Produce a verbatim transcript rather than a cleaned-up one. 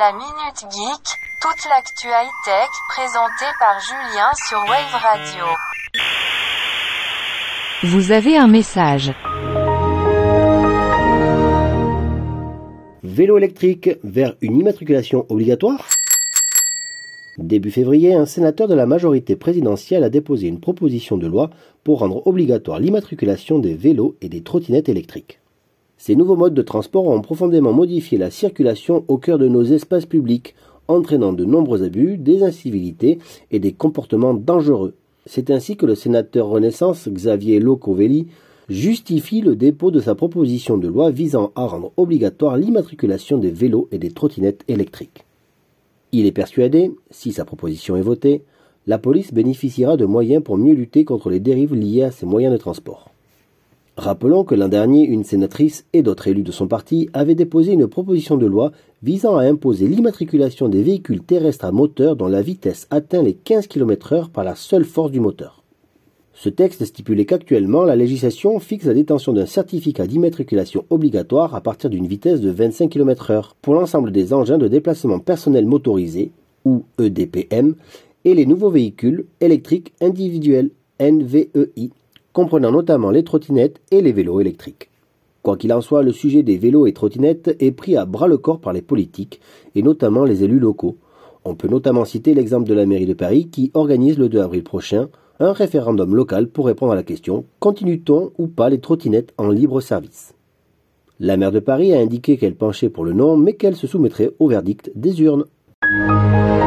La Minute Geek, toute l'actu high-tech présentée par Julien sur Wave Radio. Vous avez un message. Vélo électrique vers une immatriculation obligatoire ? Début février, un sénateur de la majorité présidentielle a déposé une proposition de loi pour rendre obligatoire l'immatriculation des vélos et des trottinettes électriques. Ces nouveaux modes de transport ont profondément modifié la circulation au cœur de nos espaces publics, entraînant de nombreux abus, des incivilités et des comportements dangereux. C'est ainsi que le sénateur Renaissance Xavier Locovelli justifie le dépôt de sa proposition de loi visant à rendre obligatoire l'immatriculation des vélos et des trottinettes électriques. Il est persuadé, si sa proposition est votée, la police bénéficiera de moyens pour mieux lutter contre les dérives liées à ces moyens de transport. Rappelons que l'an dernier, une sénatrice et d'autres élus de son parti avaient déposé une proposition de loi visant à imposer l'immatriculation des véhicules terrestres à moteur dont la vitesse atteint les quinze kilomètres heure par la seule force du moteur. Ce texte stipulait qu'actuellement, la législation fixe la détention d'un certificat d'immatriculation obligatoire à partir d'une vitesse de vingt-cinq kilomètres heure pour l'ensemble des engins de déplacement personnel motorisés, ou E D P M, et les nouveaux véhicules électriques individuels, N V E I, comprenant notamment les trottinettes et les vélos électriques. Quoi qu'il en soit, le sujet des vélos et trottinettes est pris à bras-le-corps par les politiques, et notamment les élus locaux. On peut notamment citer l'exemple de la mairie de Paris qui organise le deux avril prochain un référendum local pour répondre à la question « Continue-t-on ou pas les trottinettes en libre service ?» La maire de Paris a indiqué qu'elle penchait pour le non, mais qu'elle se soumettrait au verdict des urnes.